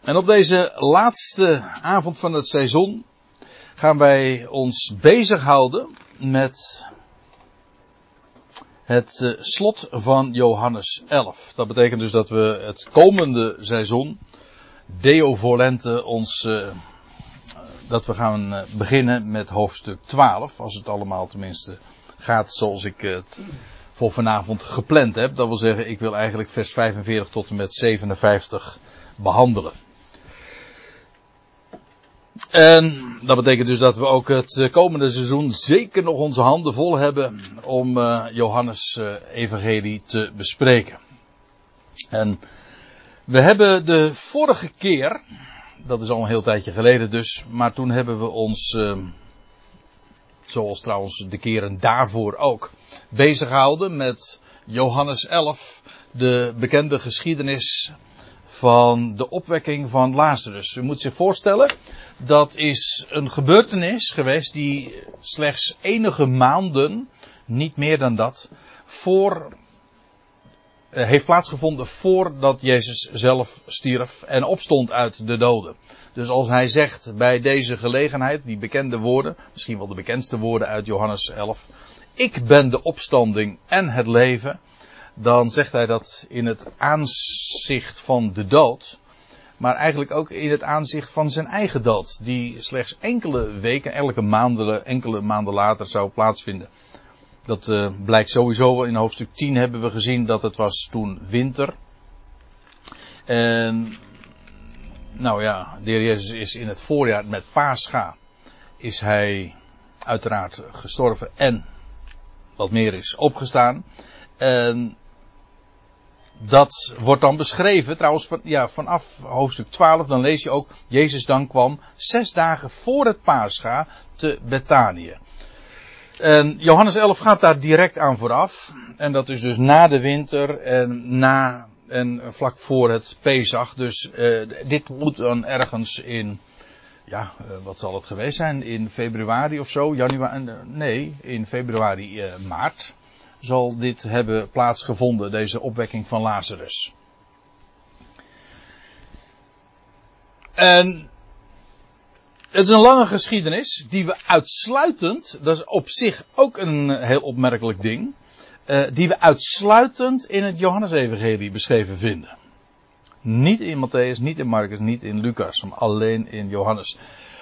En op deze laatste avond van het seizoen gaan wij ons bezighouden met het slot van Johannes 11. Dat betekent dus dat we het komende seizoen, Deo Volente, dat we gaan beginnen met hoofdstuk 12. Als het allemaal tenminste gaat zoals ik het voor vanavond gepland heb. Dat wil zeggen, ik wil eigenlijk vers 45 tot en met 57 behandelen. En dat betekent dus dat we ook het komende seizoen zeker nog onze handen vol hebben om Johannes evangelie te bespreken. En we hebben de vorige keer, dat is al een heel tijdje geleden dus, maar toen hebben we ons, zoals trouwens de keren daarvoor ook, bezig gehouden met Johannes 11, de bekende geschiedenis van de opwekking van Lazarus. U moet zich voorstellen, dat is een gebeurtenis geweest die slechts enige maanden, niet meer dan dat, heeft plaatsgevonden voordat Jezus zelf stierf en opstond uit de doden. Dus als hij zegt bij deze gelegenheid, die bekende woorden, misschien wel de bekendste woorden uit Johannes 11, ik ben de opstanding en het leven, dan zegt hij dat in het aanzicht van de dood, maar eigenlijk ook in het aanzicht van zijn eigen dood, die slechts enkele weken, enkele maanden later zou plaatsvinden. Dat blijkt sowieso, in hoofdstuk 10 hebben we gezien dat het was toen winter. En nou ja, de Heer Jezus is in het voorjaar met Pascha, is hij uiteraard gestorven en wat meer is opgestaan. En dat wordt dan beschreven, trouwens vanaf hoofdstuk 12, dan lees je ook, Jezus dan kwam 6 dagen voor het Pascha te Betanië. En Johannes 11 gaat daar direct aan vooraf. En dat is dus na de winter en vlak voor het Pesach. Dus dit moet dan ergens in, wat zal het geweest zijn? In februari of zo? In februari, maart zal dit hebben plaatsgevonden, deze opwekking van Lazarus. En het is een lange geschiedenis die we uitsluitend, dat is op zich ook een heel opmerkelijk ding, die we uitsluitend in het Johannesevangelie beschreven vinden. Niet in Mattheüs, niet in Marcus, niet in Lucas, maar alleen in Johannes.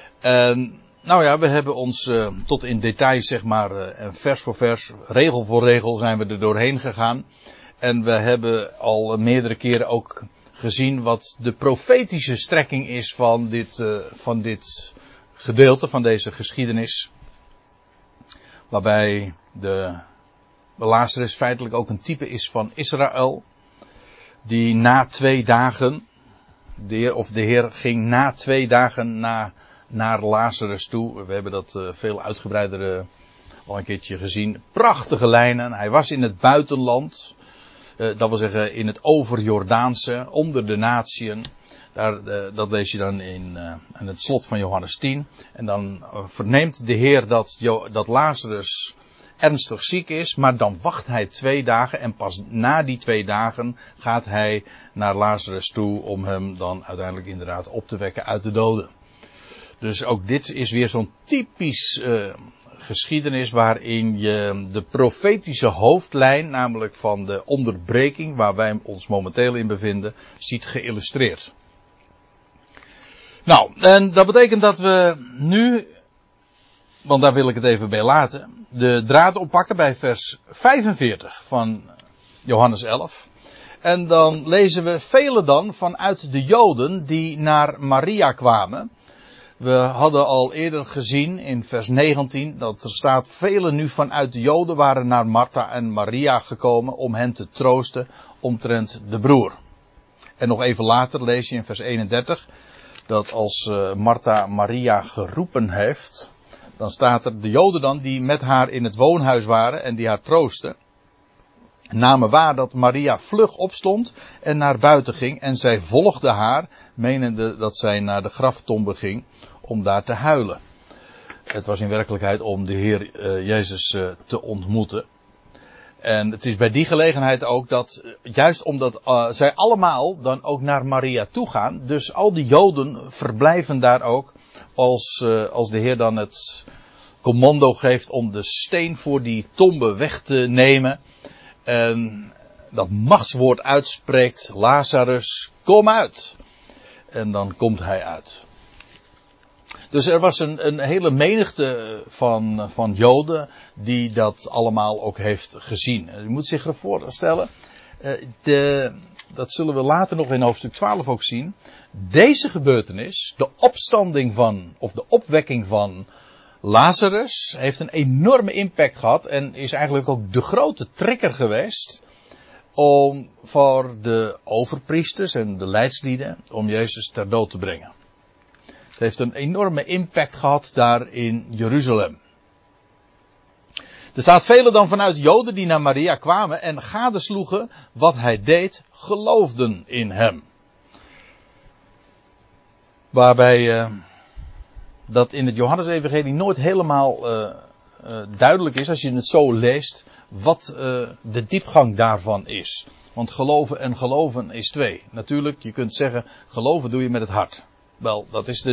We hebben ons tot in detail, zeg maar, en vers voor vers, regel voor regel zijn we er doorheen gegaan. En we hebben al meerdere keren ook gezien wat de profetische strekking is van dit gedeelte, van deze geschiedenis. Waarbij de Lazarus feitelijk ook een type is van Israël. Die na 2 dagen, de Heer ging na 2 dagen naar Lazarus toe. We hebben dat veel uitgebreider al een keertje gezien. Prachtige lijnen. Hij was in het buitenland. Dat wil zeggen in het overjordaanse, onder de natieën. Dat lees je dan in het slot van Johannes 10. En dan verneemt de Heer dat Lazarus ernstig ziek is. Maar dan wacht hij 2 dagen. En pas na die 2 dagen gaat hij naar Lazarus toe om hem dan uiteindelijk inderdaad op te wekken uit de doden. Dus ook dit is weer zo'n typisch geschiedenis waarin je de profetische hoofdlijn, namelijk van de onderbreking waar wij ons momenteel in bevinden, ziet geïllustreerd. Nou, en dat betekent dat we nu, want daar wil ik het even bij laten, de draad oppakken bij vers 45 van Johannes 11. En dan lezen we velen dan vanuit de Joden die naar Maria kwamen. We hadden al eerder gezien in vers 19 dat er staat, velen nu vanuit de Joden waren naar Martha en Maria gekomen om hen te troosten omtrent de broer. En nog even later lees je in vers 31 dat als Martha Maria geroepen heeft, dan staat er de Joden dan die met haar in het woonhuis waren en die haar troosten, namen waar dat Maria vlug opstond en naar buiten ging en zij volgde haar, menende dat zij naar de graftombe ging om daar te huilen. Het was in werkelijkheid om de Heer Jezus te ontmoeten. En het is bij die gelegenheid ook dat, juist omdat zij allemaal dan ook naar Maria toe gaan, dus al die Joden verblijven daar ook, als de Heer dan het commando geeft om de steen voor die tombe weg te nemen. En dat machtswoord uitspreekt, Lazarus, kom uit. En dan komt hij uit. Dus er was een hele menigte van Joden die dat allemaal ook heeft gezien. U moet zich voorstellen, dat zullen we later nog in hoofdstuk 12 ook zien. Deze gebeurtenis, de opstanding van, of de opwekking van Lazarus, heeft een enorme impact gehad en is eigenlijk ook de grote trigger geweest voor de overpriesters en de leidslieden om Jezus ter dood te brengen. Het heeft een enorme impact gehad daar in Jeruzalem. Er staat velen dan vanuit Joden die naar Maria kwamen en gadesloegen wat hij deed, geloofden in hem. Waarbij dat in het Johannesevangelie nooit helemaal duidelijk is, als je het zo leest, wat de diepgang daarvan is. Want geloven en geloven is twee. Natuurlijk, je kunt zeggen, geloven doe je met het hart. Wel, dat is de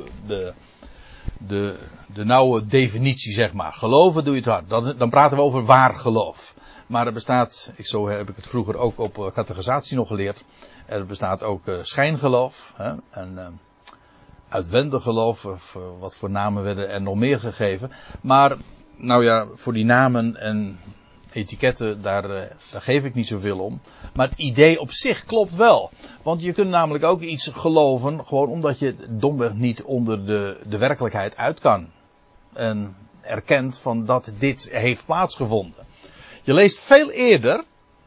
nauwe definitie, zeg maar. Geloven doe je het hart. Dan praten we over waar geloof. Maar er bestaat, zo heb ik het vroeger ook op catechisatie nog geleerd. Er bestaat ook schijngeloof. Hè, en uitwendig geloof, of wat voor namen werden er nog meer gegeven. Maar, nou ja, voor die namen en etiketten, daar geef ik niet zoveel om. Maar het idee op zich klopt wel. Want je kunt namelijk ook iets geloven, gewoon omdat je domweg niet onder de werkelijkheid uit kan. En erkent van dat dit heeft plaatsgevonden. Je leest veel eerder,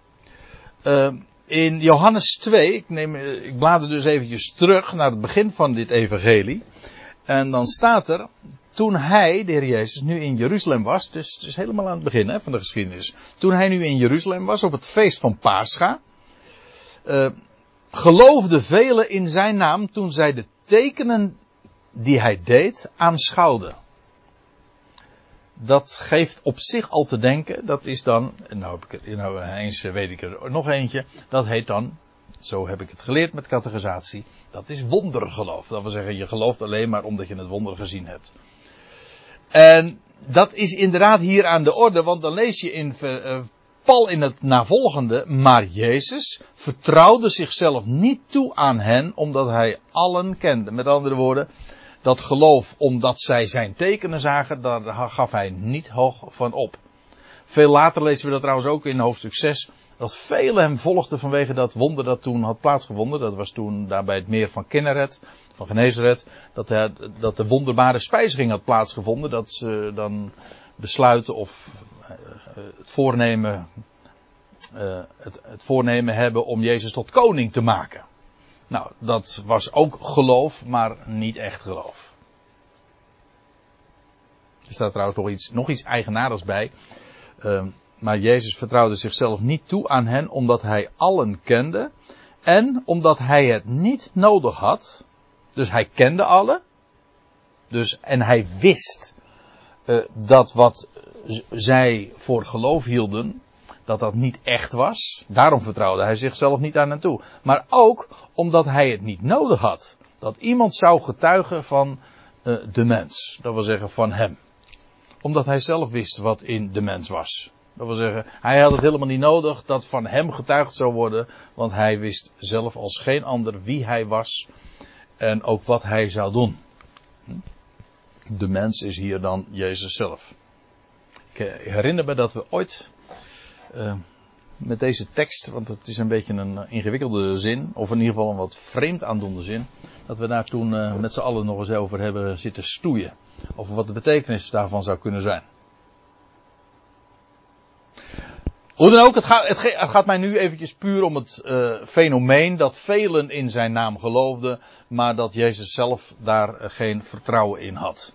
in Johannes 2, ik blader dus eventjes terug naar het begin van dit evangelie. En dan staat er, toen hij, de Heer Jezus, nu in Jeruzalem was, dus het is helemaal aan het begin van de geschiedenis. Toen hij nu in Jeruzalem was op het feest van Pascha, geloofden velen in zijn naam toen zij de tekenen die hij deed aanschouwden. Dat geeft op zich al te denken, dat is dan, eens weet ik er nog eentje, dat heet dan, zo heb ik het geleerd met catechisatie, dat is wondergeloof. Dat wil zeggen, je gelooft alleen maar omdat je het wonder gezien hebt. En dat is inderdaad hier aan de orde, want dan lees je in pal in het navolgende, maar Jezus vertrouwde zichzelf niet toe aan hen, omdat hij allen kende. Met andere woorden, dat geloof omdat zij zijn tekenen zagen, daar gaf hij niet hoog van op. Veel later lezen we dat trouwens ook in hoofdstuk 6, dat velen hem volgden vanwege dat wonder dat toen had plaatsgevonden. Dat was toen daar bij het meer van Kinneret, van Genezeret, dat de wonderbare spijziging had plaatsgevonden. Dat ze dan besluiten of het voornemen hebben om Jezus tot koning te maken. Nou, dat was ook geloof, maar niet echt geloof. Er staat trouwens nog iets eigenaardigs bij. Maar Jezus vertrouwde zichzelf niet toe aan hen, omdat hij allen kende. En omdat hij het niet nodig had. Dus hij kende allen. En hij wist dat wat zij voor geloof hielden, dat niet echt was. Daarom vertrouwde hij zichzelf niet aan hen toe. Maar ook omdat hij het niet nodig had. Dat iemand zou getuigen van de mens. Dat wil zeggen van hem. Omdat hij zelf wist wat in de mens was. Dat wil zeggen, hij had het helemaal niet nodig dat van hem getuigd zou worden. Want hij wist zelf als geen ander wie hij was. En ook wat hij zou doen. De mens is hier dan Jezus zelf. Ik herinner me dat we ooit met deze tekst, want het is een beetje een ingewikkelde zin, of in ieder geval een wat vreemd aandoende zin, dat we daar toen met z'n allen nog eens over hebben zitten stoeien. Over wat de betekenis daarvan zou kunnen zijn. Hoe dan ook, het gaat mij nu eventjes puur om het fenomeen dat velen in zijn naam geloofden, maar dat Jezus zelf daar geen vertrouwen in had.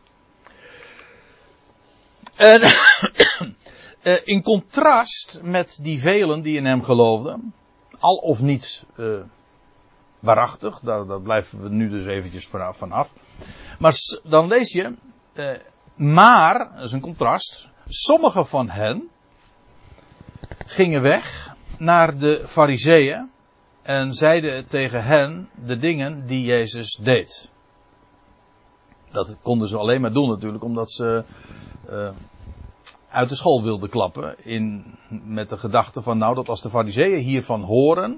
En in contrast met die velen die in hem geloofden, al of niet waarachtig, daar blijven we nu dus eventjes vanaf. Maar dan lees je, maar, dat is een contrast, sommigen van hen, gingen weg naar de Farizeeën en zeiden tegen hen de dingen die Jezus deed. Dat konden ze alleen maar doen natuurlijk omdat ze uit de school wilden klappen. Met de gedachte van nou, dat als de Farizeeën hiervan horen,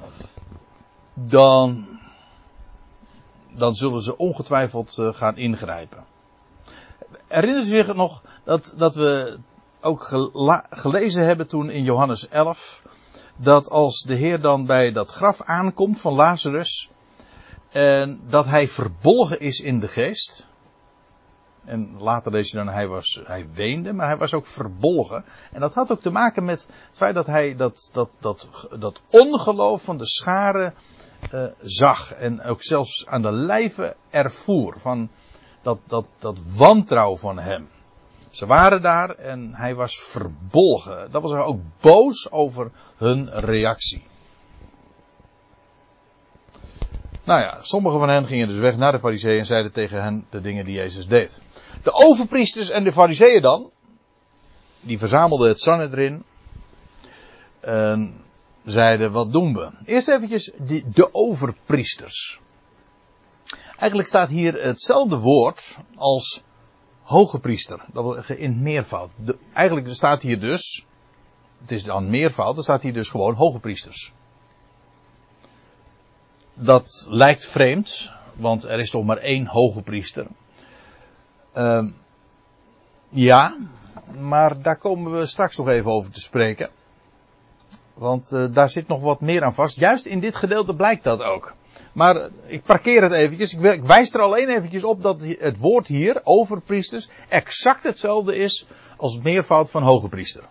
dan zullen ze ongetwijfeld gaan ingrijpen. Herinnert u zich nog dat we ook gelezen hebben toen in Johannes 11, dat als de Heer dan bij dat graf aankomt van Lazarus, en dat hij verbolgen is in de geest. En later lees je dan, hij weende, maar hij was ook verbolgen. En dat had ook te maken met het feit dat hij dat ongeloof van de scharen zag. En ook zelfs aan de lijve ervoer van dat wantrouwen van hem. Ze waren daar en hij was verbolgen. Dat was ook boos over hun reactie. Nou ja, sommigen van hen gingen dus weg naar de Farizeeën en zeiden tegen hen de dingen die Jezus deed. De overpriesters en de Farizeeën dan, die verzamelden het Sanhedrin en zeiden, wat doen we? Eerst eventjes de overpriesters. Eigenlijk staat hier hetzelfde woord als hoge priester. Dat wil zeggen in meervoud. Eigenlijk staat hier dus, het is dan meervoud, er staat hier dus gewoon hoge priesters. Dat lijkt vreemd, want er is toch maar één hoge priester. Ja, maar daar komen we straks nog even over te spreken. Want daar zit nog wat meer aan vast. Juist in dit gedeelte blijkt dat ook. Maar ik parkeer het eventjes. Ik wijs er alleen eventjes op dat het woord hier, overpriesters, exact hetzelfde is als het meervoud van hoge priester.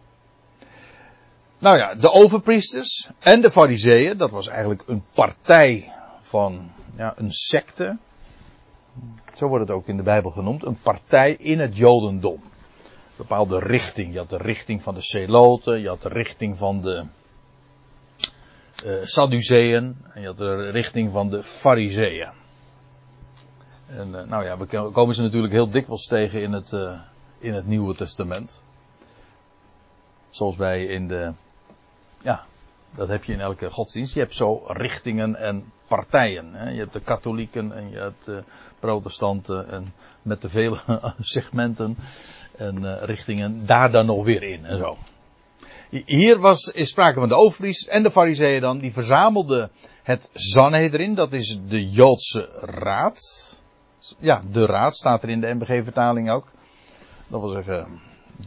Nou ja, de overpriesters en de Farizeeën, dat was eigenlijk een partij van een secte. Zo wordt het ook in de Bijbel genoemd. Een partij in het Jodendom. Een bepaalde richting. Je had de richting van de Zeloten, je had de richting van de Sadduceeën en je had de richting van de Farizeeën. En nou ja, we komen ze natuurlijk heel dikwijls tegen in het Nieuwe Testament. Zoals wij dat heb je in elke godsdienst. Je hebt zo richtingen en partijen. Hè. Je hebt de katholieken en je hebt de protestanten en met de vele segmenten en richtingen daar dan nog weer in en zo. Hier is sprake van de overpriesters en de Farizeeën dan. Die verzamelden het Sanhedrin, dat is de Joodse raad. Ja, de raad staat er in de NBG-vertaling ook. Dat wil zeggen,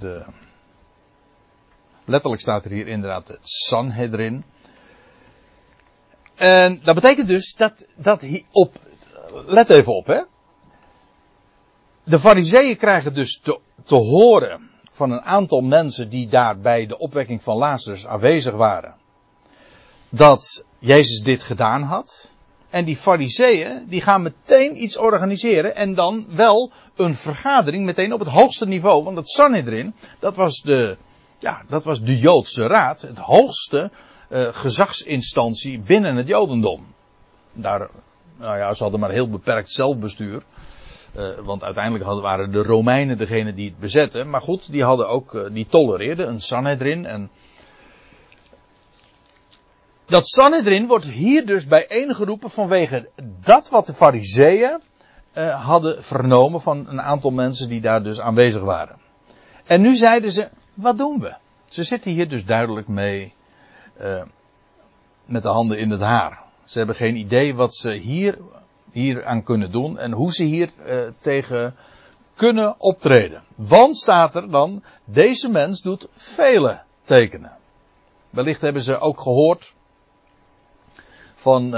letterlijk staat er hier inderdaad het Sanhedrin. En dat betekent dus let even op, hè. De Farizeeën krijgen dus te horen van een aantal mensen die daar bij de opwekking van Lazarus aanwezig waren, dat Jezus dit gedaan had. En die Farizeeën, die gaan meteen iets organiseren en dan wel een vergadering meteen op het hoogste niveau. Want het Sanhedrin, dat was de Joodse raad, het hoogste gezagsinstantie binnen het Jodendom. Ze hadden maar heel beperkt zelfbestuur. Want uiteindelijk waren de Romeinen degene die het bezetten. Maar goed, die hadden ook, die tolereerden een Sanhedrin. En dat Sanhedrin wordt hier dus bijeengeroepen vanwege dat wat de Farizeeën hadden vernomen van een aantal mensen die daar dus aanwezig waren. En nu zeiden ze, wat doen we? Ze zitten hier dus duidelijk mee met de handen in het haar. Ze hebben geen idee wat ze hier aan kunnen doen en hoe ze hier tegen kunnen optreden. Want staat er dan, deze mens doet vele tekenen. Wellicht hebben ze ook gehoord van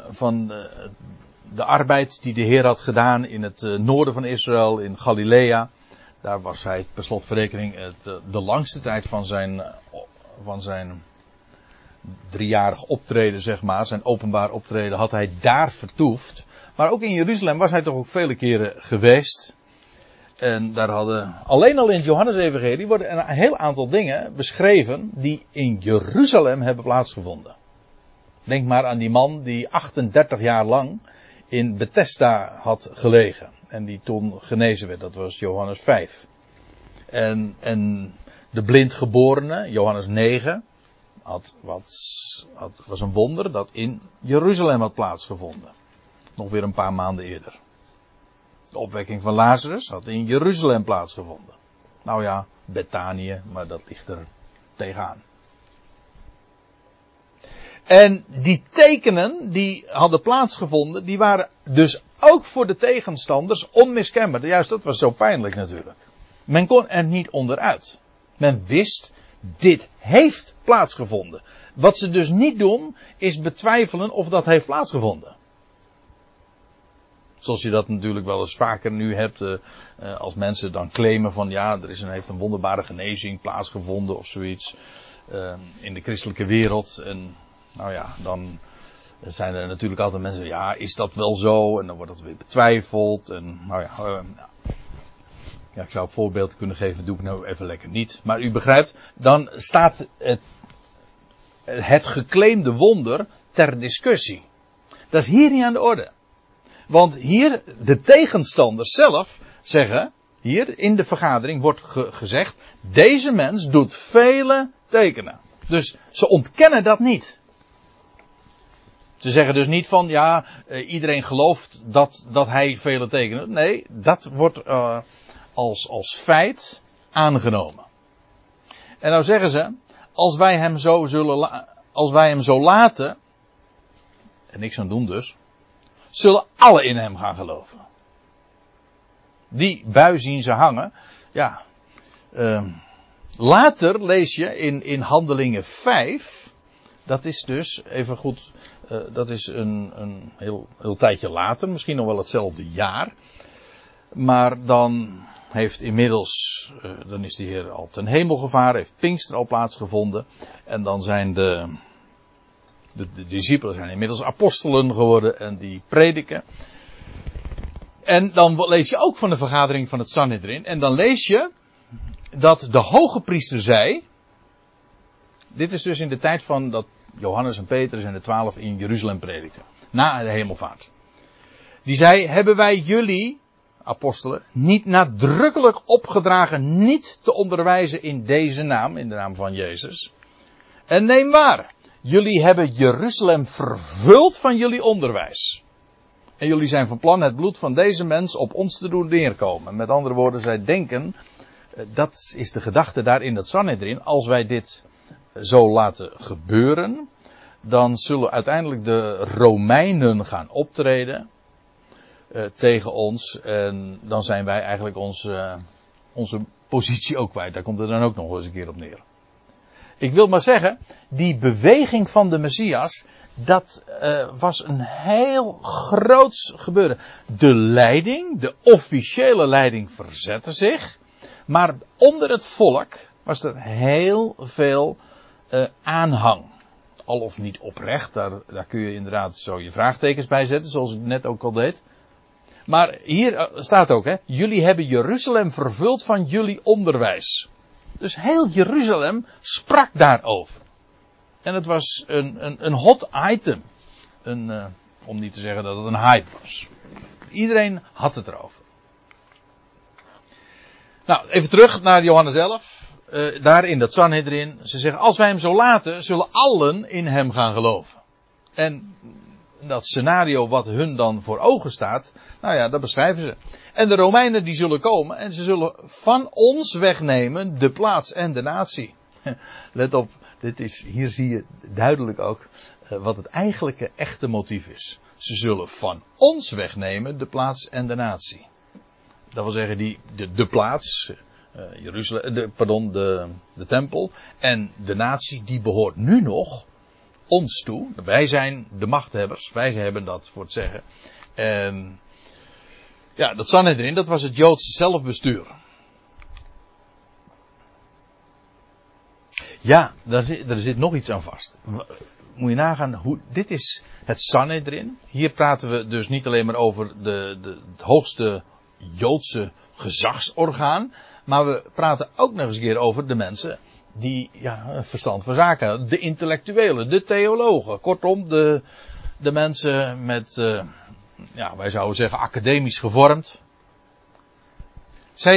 de arbeid die de Heer had gedaan in het noorden van Israël, in Galilea. Daar was hij per slotverrekening de langste tijd van zijn 3-jarig optreden, zeg maar, zijn openbaar optreden, had hij daar vertoefd. Maar ook in Jeruzalem was hij toch ook vele keren geweest. En daar alleen al in het Johannes-evangelie worden een heel aantal dingen beschreven die in Jeruzalem hebben plaatsgevonden. Denk maar aan die man die 38 jaar lang in Bethesda had gelegen. En die toen genezen werd. Dat was Johannes 5. En de blindgeborene, Johannes 9, was een wonder dat in Jeruzalem had plaatsgevonden. Nog weer een paar maanden eerder. De opwekking van Lazarus had in Jeruzalem plaatsgevonden. Nou ja, Bethanië, maar dat ligt er tegenaan. En die tekenen die hadden plaatsgevonden, die waren dus ook voor de tegenstanders onmiskenbaar. Juist, dat was zo pijnlijk natuurlijk. Men kon er niet onderuit. Men wist, dit heeft plaatsgevonden. Wat ze dus niet doen, is betwijfelen of dat heeft plaatsgevonden. Zoals je dat natuurlijk wel eens vaker nu hebt, als mensen dan claimen van ja, heeft een wonderbare genezing plaatsgevonden of zoiets. In de christelijke wereld. En nou ja, dan zijn er natuurlijk altijd mensen, ja, is dat wel zo? En dan wordt dat weer betwijfeld. En nou ja, ik zou voorbeelden kunnen geven, doe ik nou even lekker niet. Maar u begrijpt, dan staat het geclaimde wonder ter discussie. Dat is hier niet aan de orde. Want hier, de tegenstanders zelf zeggen, hier in de vergadering wordt gezegd, deze mens doet vele tekenen. Dus ze ontkennen dat niet. Ze zeggen dus niet van, ja, iedereen gelooft dat hij vele tekenen doet. Nee, dat wordt als feit aangenomen. En nou zeggen ze, als wij hem zo laten, en niks aan doen dus, zullen alle in hem gaan geloven. Die bui zien ze hangen. Ja. Later lees je in Handelingen 5. Dat is dus, even goed, dat is een heel tijdje later. Misschien nog wel hetzelfde jaar. Maar dan heeft inmiddels, dan is de Heer al ten hemel gevaren. Heeft Pinkster al plaatsgevonden. En dan zijn de discipelen zijn inmiddels apostelen geworden en die prediken. En dan lees je ook van de vergadering van het Sanhedrin. En dan lees je dat de hoge priester zei. Dit is dus in de tijd van dat Johannes en Petrus en de 12 in Jeruzalem predikten. Na de hemelvaart. Die zei, hebben wij jullie, apostelen, niet nadrukkelijk opgedragen niet te onderwijzen in deze naam, in de naam van Jezus. En neem waar. Jullie hebben Jeruzalem vervuld van jullie onderwijs. En jullie zijn van plan het bloed van deze mens op ons te doen neerkomen. Met andere woorden, zij denken, dat is de gedachte daar in dat Sanhedrin. Als wij dit zo laten gebeuren, dan zullen uiteindelijk de Romeinen gaan optreden tegen ons. En dan zijn wij eigenlijk onze positie ook kwijt. Daar komt het dan ook nog eens een keer op neer. Ik wil maar zeggen, die beweging van de Messias, dat was een heel groots gebeuren. De leiding, de officiële leiding verzette zich. Maar onder het volk was er heel veel aanhang. Al of niet oprecht, daar kun je inderdaad zo je vraagtekens bij zetten, zoals ik net ook al deed. Maar hier staat ook, hè, jullie hebben Jeruzalem vervuld van jullie onderwijs. Dus heel Jeruzalem sprak daarover. En het was een hot item. Om niet te zeggen dat het een hype was. Iedereen had het erover. Nou, even terug naar Johannes 11. Daar in dat Sanhedrin. Ze zeggen, als wij hem zo laten, zullen allen in hem gaan geloven. En dat scenario wat hun dan voor ogen staat, nou ja, dat beschrijven ze. En de Romeinen die zullen komen en ze zullen van ons wegnemen de plaats en de natie. Let op, hier zie je duidelijk ook wat het eigenlijke echte motief is. Ze zullen van ons wegnemen de plaats en de natie. Dat wil zeggen de plaats, Jeruzalem, de tempel en de natie die behoort nu nog ons toe. Wij zijn de machthebbers, wij hebben dat voor het zeggen. En ja, dat Sanhedrin, dat was het Joodse zelfbestuur. Ja, er zit nog iets aan vast. Moet je nagaan, dit is het Sanhedrin. Hier praten we dus niet alleen maar over het hoogste Joodse gezagsorgaan. Maar we praten ook nog eens een keer over de mensen die verstand van zaken hebben. De intellectuelen, de theologen. Kortom, de mensen met, wij zouden zeggen academisch gevormd. Zij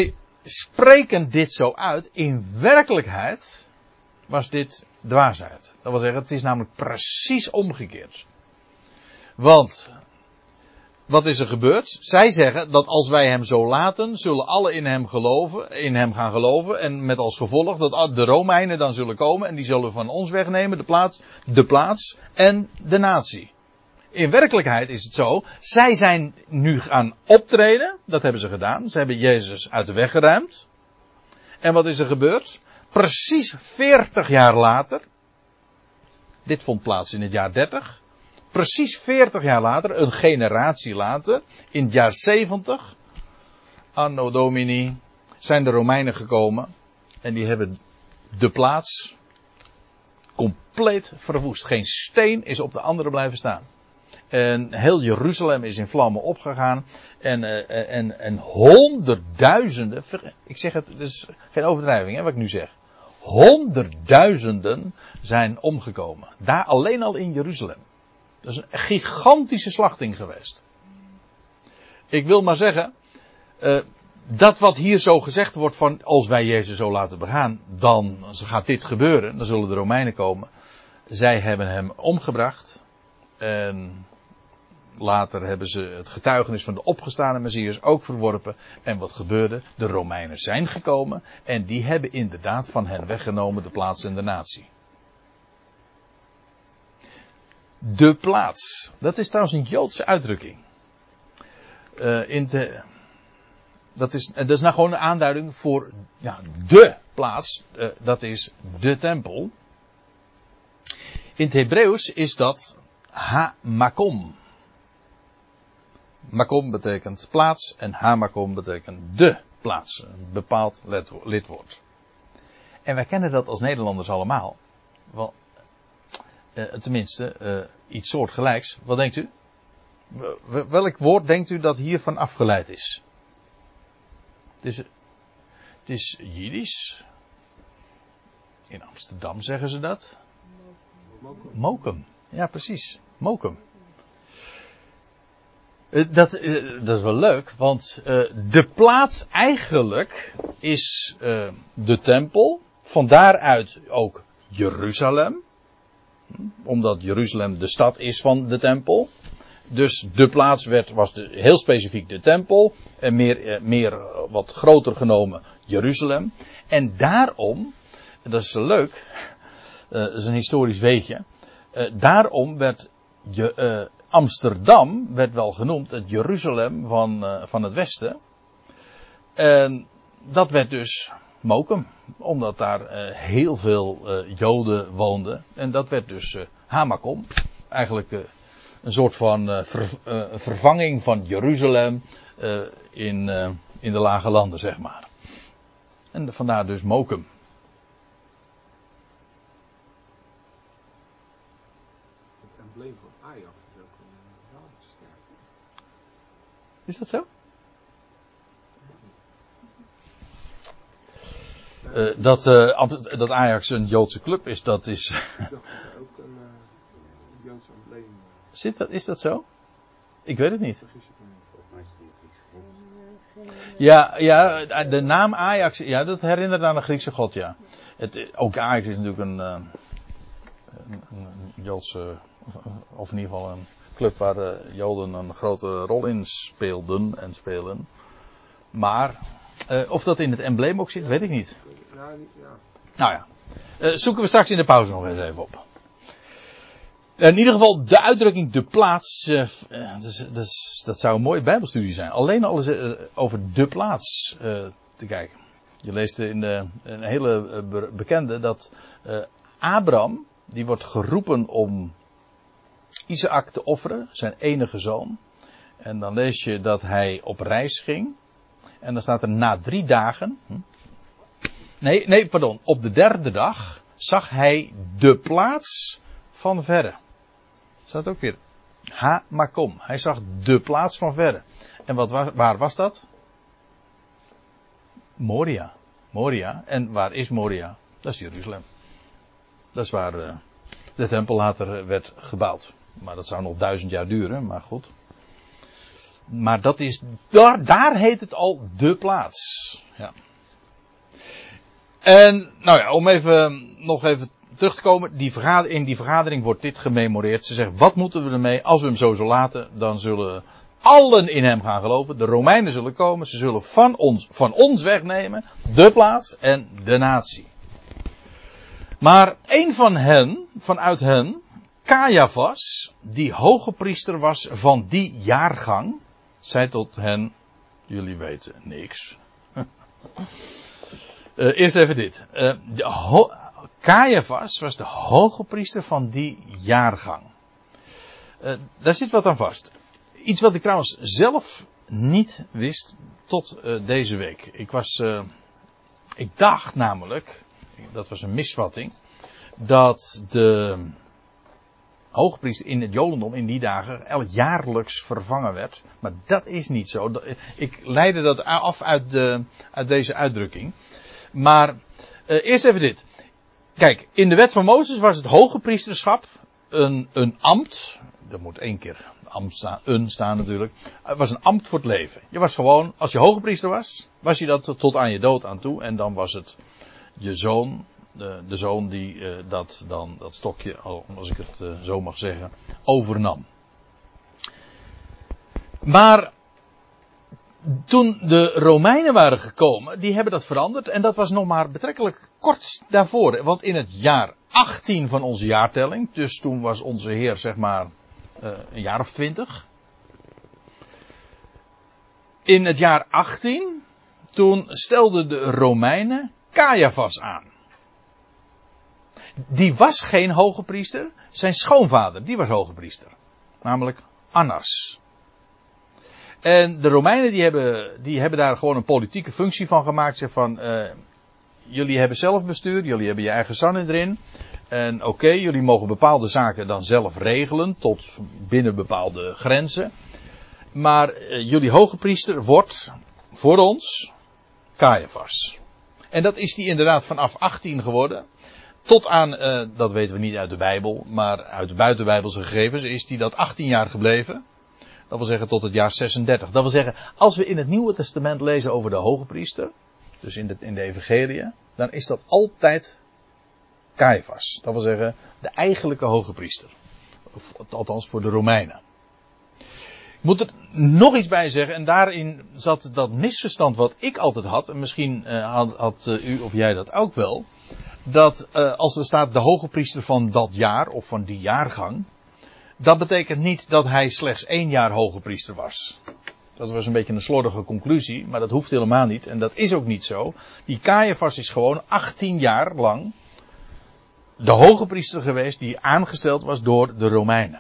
spreken dit zo uit. In werkelijkheid was dit dwaasheid. Dat wil zeggen, het is namelijk precies omgekeerd. Want, wat is er gebeurd? Zij zeggen dat als wij hem zo laten, zullen alle in hem gaan geloven. En met als gevolg dat de Romeinen dan zullen komen en die zullen van ons wegnemen de plaats en de natie. In werkelijkheid is het zo, zij zijn nu gaan optreden, dat hebben ze gedaan. Ze hebben Jezus uit de weg geruimd. En wat is er gebeurd? Precies 40 jaar later, dit vond plaats in het jaar 30, precies 40 jaar later, een generatie later, in het jaar 70, anno domini, zijn de Romeinen gekomen en die hebben de plaats compleet verwoest. Geen steen is op de andere blijven staan. En heel Jeruzalem is in vlammen opgegaan. En honderdduizenden. Ik zeg het is geen overdrijving, hè, wat ik nu zeg. Honderdduizenden zijn omgekomen. Daar alleen al in Jeruzalem. Dat is een gigantische slachting geweest. Ik wil maar zeggen. Dat wat hier zo gezegd wordt van. Als wij Jezus zo laten begaan. Dan gaat dit gebeuren. Dan zullen de Romeinen komen. Zij hebben hem omgebracht. En later hebben ze het getuigenis van de opgestane Messias ook verworpen. En wat gebeurde? De Romeinen zijn gekomen. En die hebben inderdaad van hen weggenomen de plaats en de natie. De plaats. Dat is trouwens een Joodse uitdrukking. Dat is nou gewoon een aanduiding voor de plaats. Dat is de tempel. In het Hebreeuws is dat ha-makom. Makom betekent plaats en ha-makom betekent de plaats. Een bepaald lidwoord. En wij kennen dat als Nederlanders allemaal. Wel, tenminste, iets soortgelijks. Wat denkt u? Welk woord denkt u dat hiervan afgeleid is? Het is Jiddisch. In Amsterdam zeggen ze dat. Mokum. Ja, precies. Mokum. Dat is wel leuk, want de plaats eigenlijk is de tempel. Van daaruit ook Jeruzalem. Omdat Jeruzalem de stad is van de tempel. Dus de plaats was heel specifiek de tempel. En meer wat groter genomen Jeruzalem. En daarom, dat is leuk, dat is een historisch weetje. Daarom werd Amsterdam werd wel genoemd het Jeruzalem van het Westen. En dat werd dus Mokum, omdat daar heel veel Joden woonden. En dat werd dus Hamakom. Eigenlijk een soort van vervanging van Jeruzalem in de lage landen, zeg maar. En vandaar dus Mokum. Het embleem van Ajax is ook een waterster. Is dat zo? Dat Ajax een Joodse club is, dat is... Ik dacht dat er ook een Joods embleem... Is dat zo? Ik weet het niet. Vergis ik me niet. Volgens mij is het Grieks. Ja, de naam Ajax, ja, dat herinnert aan een Griekse god, ja. Ook Ajax is natuurlijk een Joodse, of in ieder geval een club waar de Joden een grote rol in speelden en spelen. Maar, of dat in het embleem ook zit, weet ik niet. Ja. Nou ja, zoeken we straks in de pauze nog eens even op. In ieder geval, de uitdrukking de plaats, dat zou een mooie bijbelstudie zijn. Alleen al eens over de plaats te kijken. Je leest in een hele bekende dat Abraham, die wordt geroepen om Isaac te offeren, zijn enige zoon. En dan lees je dat hij op reis ging. En dan staat er na 3 dagen... op de 3e dag zag hij de plaats van verre. Staat ook weer Ha-makom. Hij zag de plaats van verre. En waar was dat? Moria. Moria. En waar is Moria? Dat is Jeruzalem. Dat is waar de tempel later werd gebouwd. Maar dat zou nog 1000 jaar duren, maar goed. Maar dat is, daar heet het al de plaats. Ja. En, nou ja, om nog even terug te komen. In die vergadering wordt dit gememoreerd. Ze zeggen, wat moeten we ermee? Als we hem zo laten, dan zullen allen in hem gaan geloven. De Romeinen zullen komen. Ze zullen van ons wegnemen. De plaats en de natie. Maar een vanuit hen, Caiaphas, die hoge priester was van die jaargang, zei tot hen, jullie weten niks. Eerst even dit. Caiaphas was de hoge priester van die jaargang. Daar zit wat aan vast. Iets wat ik trouwens zelf niet wist tot deze week. Ik dacht namelijk, dat was een misvatting, dat de hoogpriester in het Jodendom in die dagen jaarlijks vervangen werd. Maar dat is niet zo. Ik leidde dat af uit deze uitdrukking. Maar eerst even dit. Kijk, in de wet van Mozes was het hogepriesterschap een ambt. Er moet 1 keer ambt staan natuurlijk. Het was een ambt voor het leven. Je was gewoon, als je hogepriester was je dat tot aan je dood aan toe. En dan was het je zoon, de zoon die dat stokje, als ik het zo mag zeggen, overnam. Maar toen de Romeinen waren gekomen, die hebben dat veranderd. En dat was nog maar betrekkelijk kort daarvoor. Want in het jaar 18 van onze jaartelling, dus toen was onze Heer zeg maar een jaar of 20. In het jaar 18, toen stelden de Romeinen Caiaphas aan. Die was geen hoge priester. Zijn schoonvader, die was hoge priester. Namelijk Annas. En de Romeinen die hebben daar gewoon een politieke functie van gemaakt. Zeg van, jullie hebben zelfbestuur, jullie hebben je eigen Sanhedrin. En oké, jullie mogen bepaalde zaken dan zelf regelen tot binnen bepaalde grenzen. Maar jullie hoge priester wordt voor ons Caiaphas. En dat is die inderdaad vanaf 18 geworden. Tot aan, dat weten we niet uit de Bijbel, maar uit de buitenbijbelse gegevens is die dat 18 jaar gebleven. Dat wil zeggen tot het jaar 36. Dat wil zeggen, als we in het Nieuwe Testament lezen over de hoge priester, dus in de Evangeliën, dan is dat altijd Caiaphas. Dat wil zeggen, de eigenlijke hoge priester. Althans voor de Romeinen. Ik moet er nog iets bij zeggen, en daarin zat dat misverstand wat ik altijd had, en misschien had u of jij dat ook wel, dat als er staat de hoge priester van dat jaar, of van die jaargang, dat betekent niet dat hij slechts 1 jaar hoge priester was. Dat was een beetje een slordige conclusie, maar dat hoeft helemaal niet, en dat is ook niet zo. Die Caiaphas is gewoon 18 jaar lang de hoge priester geweest die aangesteld was door de Romeinen.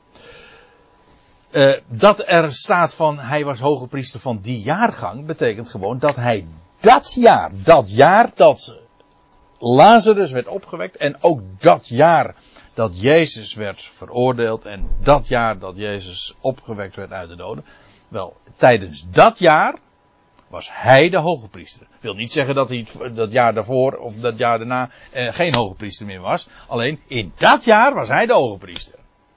Dat er staat van hij was hoge priester van die jaargang, betekent gewoon dat hij dat jaar dat Lazarus werd opgewekt en ook dat jaar dat Jezus werd veroordeeld en dat jaar dat Jezus opgewekt werd uit de doden. Wel, tijdens dat jaar was hij de hoge priester. Wil niet zeggen dat hij dat jaar daarvoor of dat jaar daarna geen hoge priester meer was. Alleen in dat jaar was hij de hoge priester.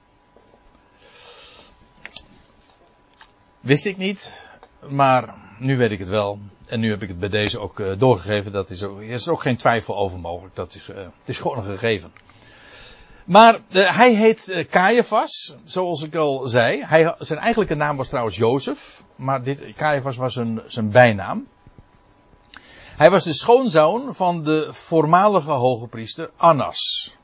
Wist ik niet, maar nu weet ik het wel. En nu heb ik het bij deze ook doorgegeven. Er is ook geen twijfel over mogelijk. Het is gewoon een gegeven. Maar hij heet Caiaphas, zoals ik al zei. Zijn eigenlijke naam was trouwens Jozef. Maar Caiaphas was zijn bijnaam. Hij was de schoonzoon van de voormalige hoge priester Annas.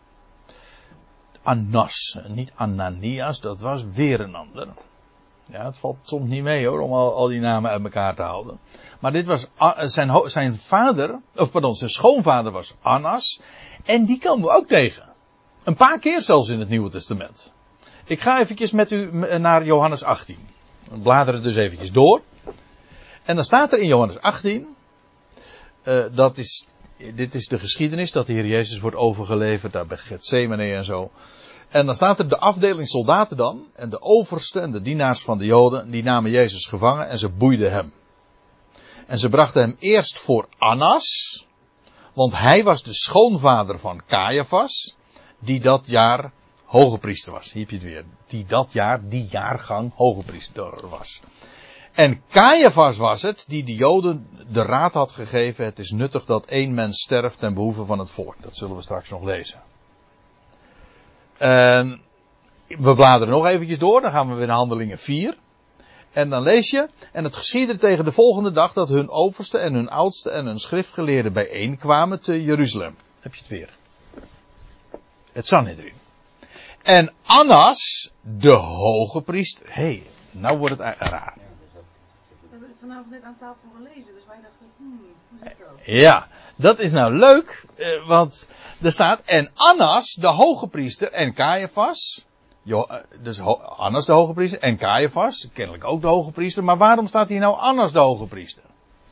Annas, niet Ananias, dat was weer een ander. Ja, het valt soms niet mee hoor, om al die namen uit elkaar te houden. Maar dit was zijn schoonvader was Annas. En die komen we ook tegen. Een paar keer zelfs in het Nieuwe Testament. Ik ga eventjes met u naar Johannes 18. We bladeren dus eventjes door. En dan staat er in Johannes 18. Dit is de geschiedenis dat de Heer Jezus wordt overgeleverd. Daar bij Getsemane en zo. En dan staat er de afdeling soldaten dan. En de oversten en de dienaars van de Joden. Die namen Jezus gevangen en ze boeiden hem. En ze brachten hem eerst voor Annas. Want hij was de schoonvader van Caiaphas. Die dat jaar hoge priester was. Hier heb je het weer. Die dat jaar, die jaargang hoge priester was. En Caiaphas was het die de Joden de raad had gegeven: het is nuttig dat één mens sterft ten behoeve van het volk. Dat zullen we straks nog lezen. We bladeren nog eventjes door, dan gaan we weer naar Handelingen 4. En dan lees je: en het geschiedde tegen de volgende dag dat hun overste en hun oudste en hun schriftgeleerden bijeenkwamen te Jeruzalem. Heb je het weer? Het Sanhedrin. En Annas, de hoge priester. Nou wordt het raar. We hebben het vanavond net aan tafel gelezen, dus wij dachten, hoe zit dat? Ja, dat is nou leuk, want er staat: en Annas, de hoge priester, en Caiaphas. Dus Annas de hoge priester en Caiaphas, kennelijk ook de hoge priester. Maar waarom staat hier nou Annas de hoge priester?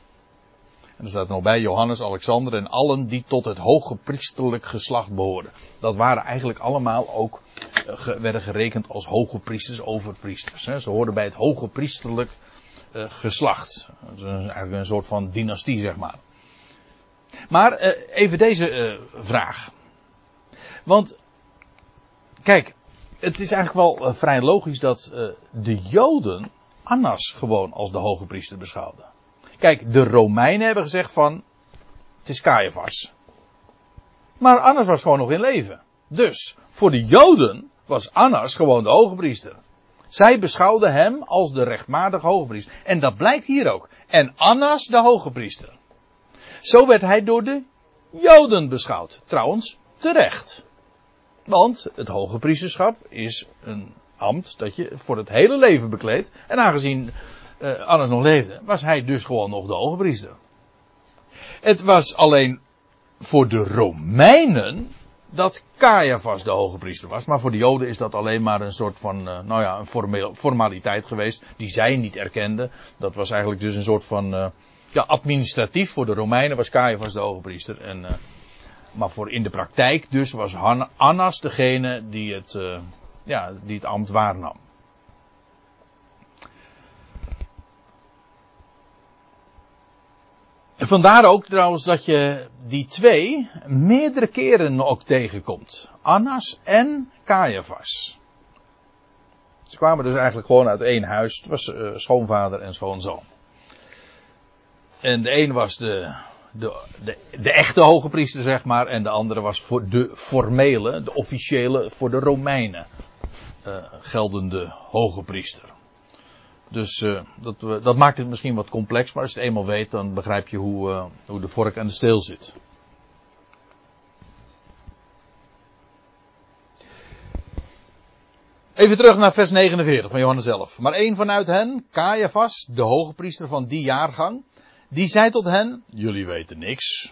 En er staat er nog bij: Johannes, Alexander en allen die tot het hoge priesterlijk geslacht behoorden. Dat waren eigenlijk allemaal ook, werden gerekend als hoge priesters, overpriesters. Ze hoorden bij het hoge priesterlijk geslacht. Dat is eigenlijk een soort van dynastie, zeg maar. Maar even deze vraag. Want, kijk, het is eigenlijk wel vrij logisch dat de Joden Annas gewoon als de hoge priester beschouwden. Kijk, de Romeinen hebben gezegd van, het is Caiaphas. Maar Annas was gewoon nog in leven. Dus, voor de Joden was Annas gewoon de hoge priester. Zij beschouwden hem als de rechtmatige hoge priester. En dat blijkt hier ook. En Annas de hoge priester. Zo werd hij door de Joden beschouwd. Trouwens, terecht. Want het hoge priesterschap is een ambt dat je voor het hele leven bekleedt. En aangezien Annas nog leefde, was hij dus gewoon nog de hoge priester. Het was alleen voor de Romeinen dat Caiaphas de hoge priester was. Maar voor de Joden is dat alleen maar een soort van, een formaliteit geweest. Die zij niet erkenden. Dat was eigenlijk dus een soort van, administratief. Voor de Romeinen was Caiaphas de hoge priester. Maar voor in de praktijk dus was Annas degene die het ambt waarnam. Vandaar ook trouwens dat je die twee meerdere keren ook tegenkomt. Annas en Caiaphas. Ze kwamen dus eigenlijk gewoon uit één huis. Het was schoonvader en schoonzoon. En de een was de echte hoge priester, zeg maar. En de andere was voor de formele, de officiële, voor de Romeinen geldende hoge priester. Dus dat maakt het misschien wat complex, maar als je het eenmaal weet, dan begrijp je hoe de vork aan de steel zit. Even terug naar vers 49 van Johannes 11. Maar één vanuit hen, Caiaphas, de hoge priester van die jaargang, die zei tot hen: jullie weten niks.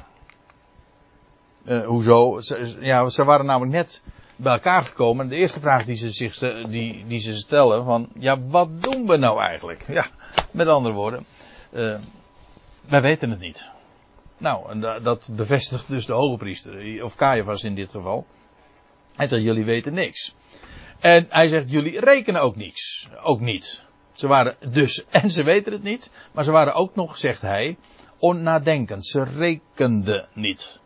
Hoezo? Ze waren namelijk net bij elkaar gekomen. En de eerste vraag die ze stellen van, ja, wat doen we nou eigenlijk? Ja, met andere woorden, wij weten het niet. Nou, en dat bevestigt dus de hoge priester, of Caiaphas in dit geval. Hij zegt: jullie weten niks. En hij zegt: jullie rekenen ook niks. Ook niet. Ze waren dus, en ze weten het niet, maar ze waren ook nog, zegt hij, onnadenkend. Ze rekenden niet.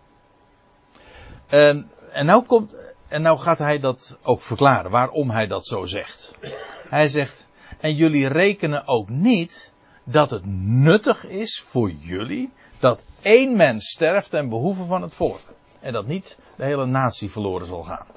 En nou gaat hij dat ook verklaren, waarom hij dat zo zegt. Hij zegt: en jullie rekenen ook niet dat het nuttig is voor jullie dat één mens sterft ten behoeve van het volk. En dat niet de hele natie verloren zal gaan.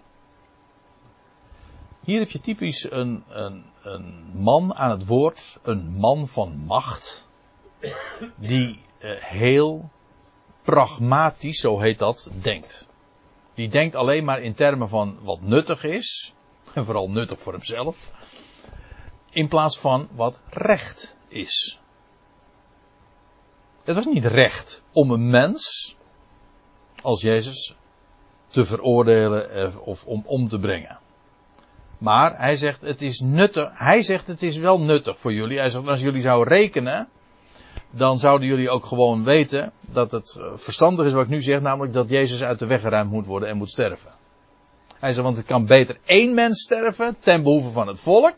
Hier heb je typisch een man aan het woord, een man van macht, die heel pragmatisch, zo heet dat, denkt. Die denkt alleen maar in termen van wat nuttig is, en vooral nuttig voor hemzelf, in plaats van wat recht is. Het was niet recht om een mens als Jezus te veroordelen of om te brengen. Maar hij zegt: het is nuttig. Hij zegt: het is wel nuttig voor jullie. Hij zegt: als jullie zouden rekenen, dan zouden jullie ook gewoon weten dat het verstandig is wat ik nu zeg, namelijk dat Jezus uit de weg geruimd moet worden en moet sterven. Hij zegt: want het kan beter één mens sterven ten behoeve van het volk,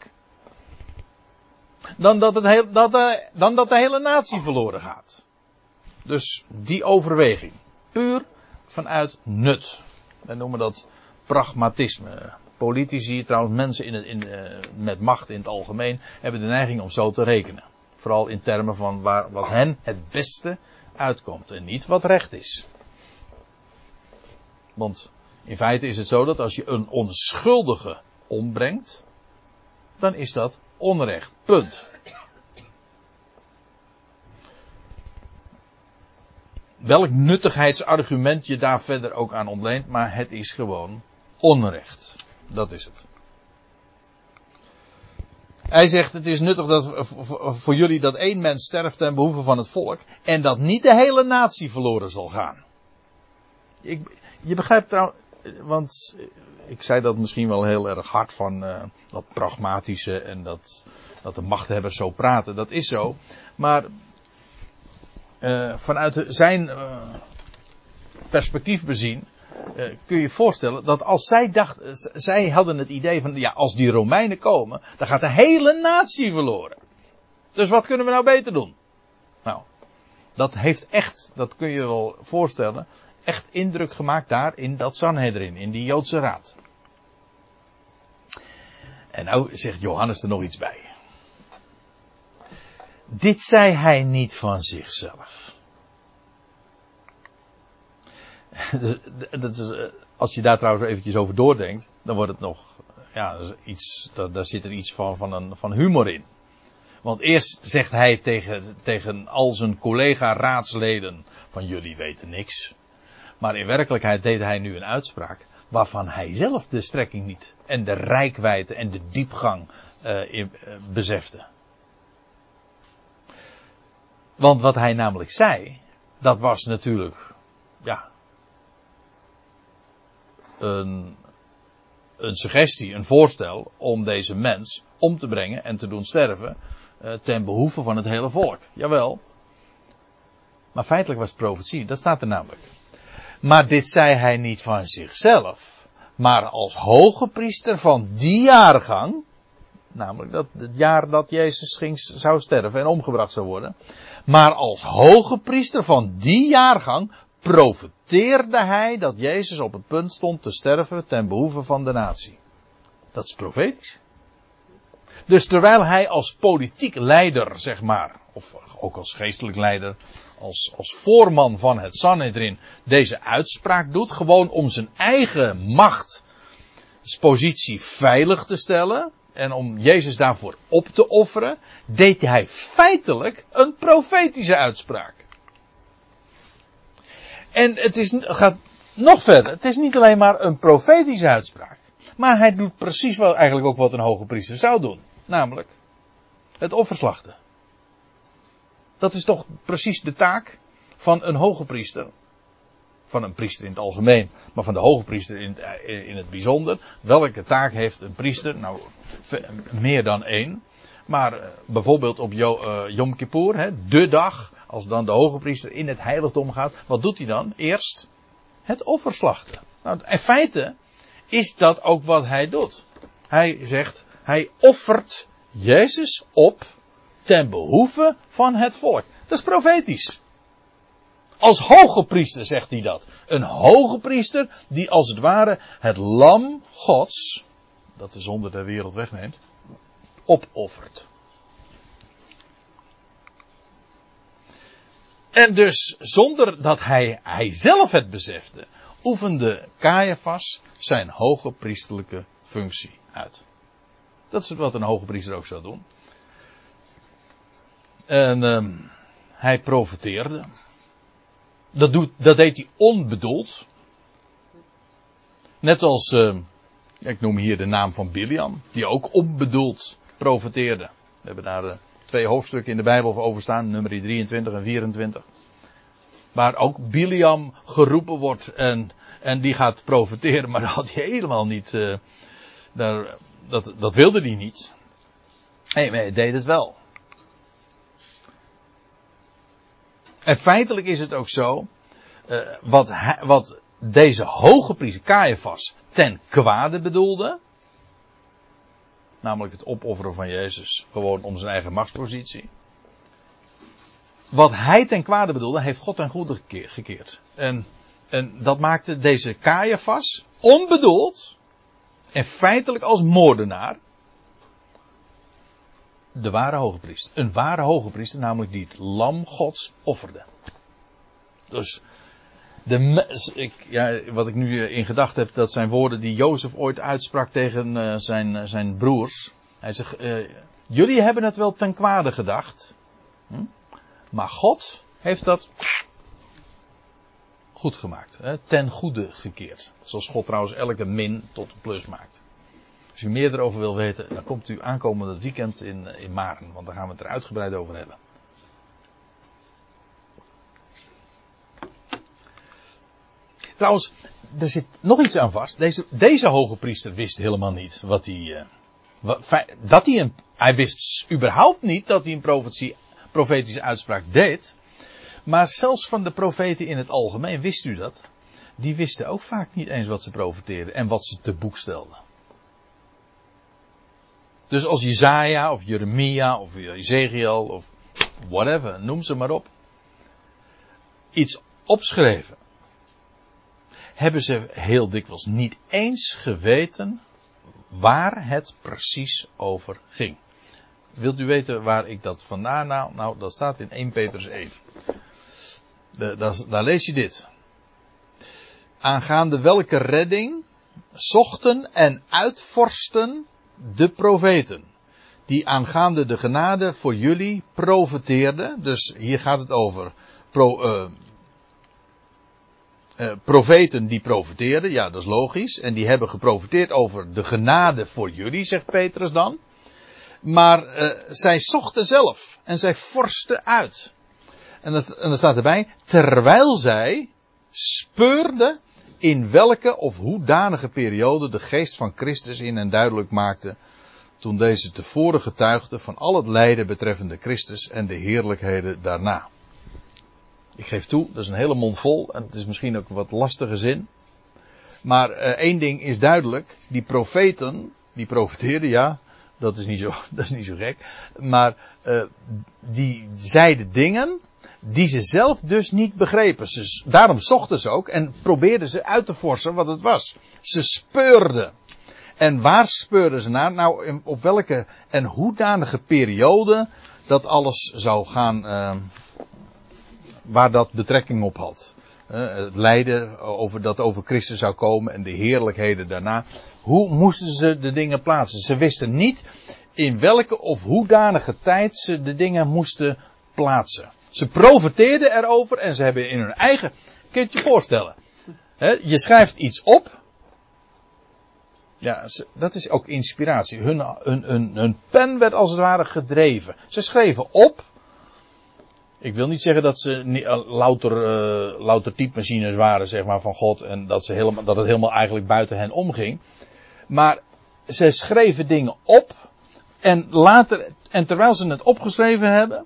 dan dat de hele natie verloren gaat. Dus die overweging, puur vanuit nut. Wij noemen dat pragmatisme. Politici, trouwens mensen met macht in het algemeen, hebben de neiging om zo te rekenen. Vooral in termen van wat hen het beste uitkomt. En niet wat recht is. Want in feite is het zo dat als je een onschuldige ombrengt, dan is dat onrecht. Punt. Welk nuttigheidsargument je daar verder ook aan ontleent, maar het is gewoon onrecht. Dat is het. Hij zegt, het is nuttig dat voor jullie dat één mens sterft ten behoeve van het volk en dat niet de hele natie verloren zal gaan. Je begrijpt trouwens, want ik zei dat misschien wel heel erg hard van dat pragmatische en dat de machthebbers zo praten. Dat is zo. Maar vanuit zijn perspectief bezien kun je je voorstellen dat als zij hadden het idee van, ja, als die Romeinen komen, dan gaat de hele natie verloren. Dus wat kunnen we nou beter doen? Nou, dat heeft echt, dat kun je wel voorstellen, echt indruk gemaakt daar in dat Sanhedrin, in die Joodse raad. En nou zegt Johannes er nog iets bij. Dit zei hij niet van zichzelf. Als je daar trouwens eventjes over doordenkt, dan wordt het nog, ja, daar zit er iets van humor in. Want eerst zegt hij tegen al zijn collega-raadsleden van jullie weten niks. Maar in werkelijkheid deed hij nu een uitspraak waarvan hij zelf de strekking niet en de reikwijdte en de diepgang besefte. Want wat hij namelijk zei, dat was natuurlijk, ja, een suggestie, een voorstel om deze mens om te brengen en te doen sterven ten behoeve van het hele volk. Jawel. Maar feitelijk was het profetie, dat staat er namelijk. Maar dit zei hij niet van zichzelf, maar als hoge priester van die jaargang, namelijk het jaar dat Jezus zou sterven en omgebracht zou worden. Maar als hoge priester van die jaargang profeteerde hij dat Jezus op het punt stond te sterven ten behoeve van de natie. Dat is profetisch. Dus terwijl hij als politiek leider, zeg maar, of ook als geestelijk leider, als voorman van het Sanhedrin deze uitspraak doet, gewoon om zijn eigen machtspositie veilig te stellen en om Jezus daarvoor op te offeren, deed hij feitelijk een profetische uitspraak. En het gaat nog verder. Het is niet alleen maar een profetische uitspraak, maar hij doet precies eigenlijk ook wat een hoge priester zou doen. Namelijk het offerslachten. Dat is toch precies de taak van een hoge priester. Van een priester in het algemeen, maar van de hoge priester in het bijzonder. Welke taak heeft een priester? Nou, meer dan één. Maar bijvoorbeeld op Yom Kippur, de dag, als dan de hoge priester in het heiligdom gaat. Wat doet hij dan? Eerst het offerslachten. Nou, in feite is dat ook wat hij doet. Hij zegt, hij offert Jezus op ten behoeve van het volk. Dat is profetisch. Als hoge priester zegt hij dat. Een hoge priester die als het ware het lam Gods, dat de zonde der wereld wegneemt, opoffert. En dus zonder dat hij zelf het besefte, oefende Caiaphas zijn hoge priesterlijke functie uit. Dat is wat een hoge priester ook zou doen. En hij profeteerde. Dat deed hij onbedoeld. Net als, ik noem hier de naam van Biliam, die ook onbedoeld profeteerde. We hebben daar 2 hoofdstukken in de Bijbel over staan, nummer 23 en 24. Waar ook Biliam geroepen wordt en die gaat profeteren, maar dat had hij helemaal niet, dat wilde hij niet. Nee, maar hij deed het wel. En feitelijk is het ook zo, wat deze hoge priester Caiaphas ten kwade bedoelde, namelijk het opofferen van Jezus, gewoon om zijn eigen machtspositie. Wat hij ten kwade bedoelde, heeft God ten goede gekeerd. En dat maakte deze Caiaphas onbedoeld en feitelijk als moordenaar. de ware hoge priester. Een ware hoge priester, namelijk die het lam Gods offerde. Dus wat ik nu in gedachten heb, dat zijn woorden die Jozef ooit uitsprak tegen zijn broers. Hij zegt, jullie hebben het wel ten kwade gedacht. Maar God heeft dat goed gemaakt. Ten goede gekeerd. Zoals God trouwens elke min tot een plus maakt. Als u meer erover wil weten, dan komt u aankomende weekend in Maren. Want daar gaan we het er uitgebreid over hebben. Trouwens, er zit nog iets aan vast. Deze hoge priester wist helemaal niet wat hij... Hij wist überhaupt niet dat hij een profetische uitspraak deed. Maar zelfs van de profeten in het algemeen, wist u dat? Die wisten ook vaak niet eens wat ze profeteerden en wat ze te boek stelden. Dus als Jesaja of Jeremia of Ezekiel of whatever, noem ze maar op, iets opschreven, hebben ze heel dikwijls niet eens geweten waar het precies over ging. Wilt u weten waar ik dat vandaan haal? Nou, dat staat in 1 Petrus 1. Daar lees je dit. Aangaande welke redding zochten en uitvorsten de profeten, die aangaande de genade voor jullie profeteerden. Dus hier gaat het over profeten die profeteerden, ja, dat is logisch. En die hebben geprofeteerd over de genade voor jullie, zegt Petrus dan. Maar zij zochten zelf en zij vorsten uit. En dan staat erbij, terwijl zij speurden in welke of hoedanige periode de geest van Christus in hen duidelijk maakte, toen deze tevoren getuigde van al het lijden betreffende Christus en de heerlijkheden daarna. Ik geef toe, dat is een hele mond vol en het is misschien ook een wat lastige zin. Maar één ding is duidelijk, die profeten, die profeteerden, ja, dat is niet zo gek. Maar die zeiden dingen die ze zelf dus niet begrepen. Daarom zochten ze ook en probeerden ze uit te vorsen wat het was. Ze speurden. En waar speurden ze naar? Nou, op welke en hoedanige periode dat alles zou gaan, waar dat betrekking op had. Het lijden dat over Christus zou komen en de heerlijkheden daarna. Hoe moesten ze de dingen plaatsen? Ze wisten niet in welke of hoedanige tijd ze de dingen moesten plaatsen. Ze profeteerden erover en ze hebben in hun eigen... Kun je het je voorstellen? Je schrijft iets op. Ja, dat is ook inspiratie. Hun pen werd als het ware gedreven. Ze schreven op. Ik wil niet zeggen dat ze louter typemachines waren, zeg maar, van God. En dat het helemaal eigenlijk buiten hen omging. Maar ze schreven dingen op. En terwijl ze het opgeschreven hebben.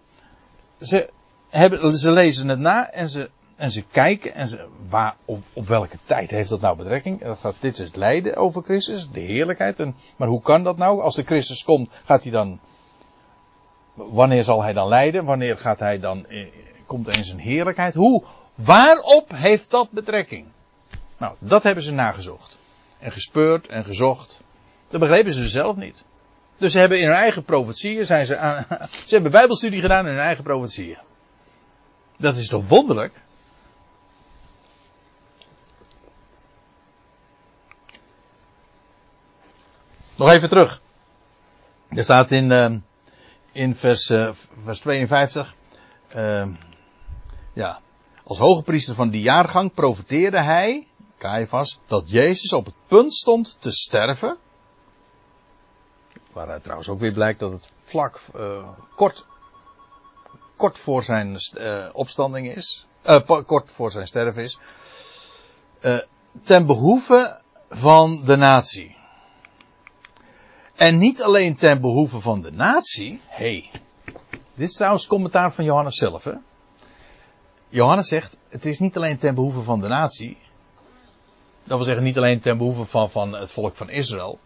Ze lezen het na en ze kijken en op welke tijd heeft dat nou betrekking? Dit is het lijden over Christus, de heerlijkheid. Maar hoe kan dat nou? Als de Christus komt, wanneer zal hij dan lijden? Wanneer komt er in zijn heerlijkheid? Waarop heeft dat betrekking? Nou, dat hebben ze nagezocht. En en gezocht. Dat begrepen ze zelf niet. Dus ze hebben in hun eigen profetieën, ze hebben bijbelstudie gedaan in hun eigen profetieën. Dat is toch wonderlijk? Nog even terug. Er staat in vers 52. Als hoge priester van die jaargang profeteerde hij, Caiaphas, dat Jezus op het punt stond te sterven. Waaruit trouwens ook weer blijkt dat het kort voor zijn opstanding is. Kort voor zijn sterven is. Ten behoeve van de natie. En niet alleen ten behoeve van de natie. Dit is trouwens commentaar van Johannes zelf. Hè? Johannes zegt, het is niet alleen ten behoeve van de natie. Dat wil zeggen niet alleen ten behoeve van het volk van Israël.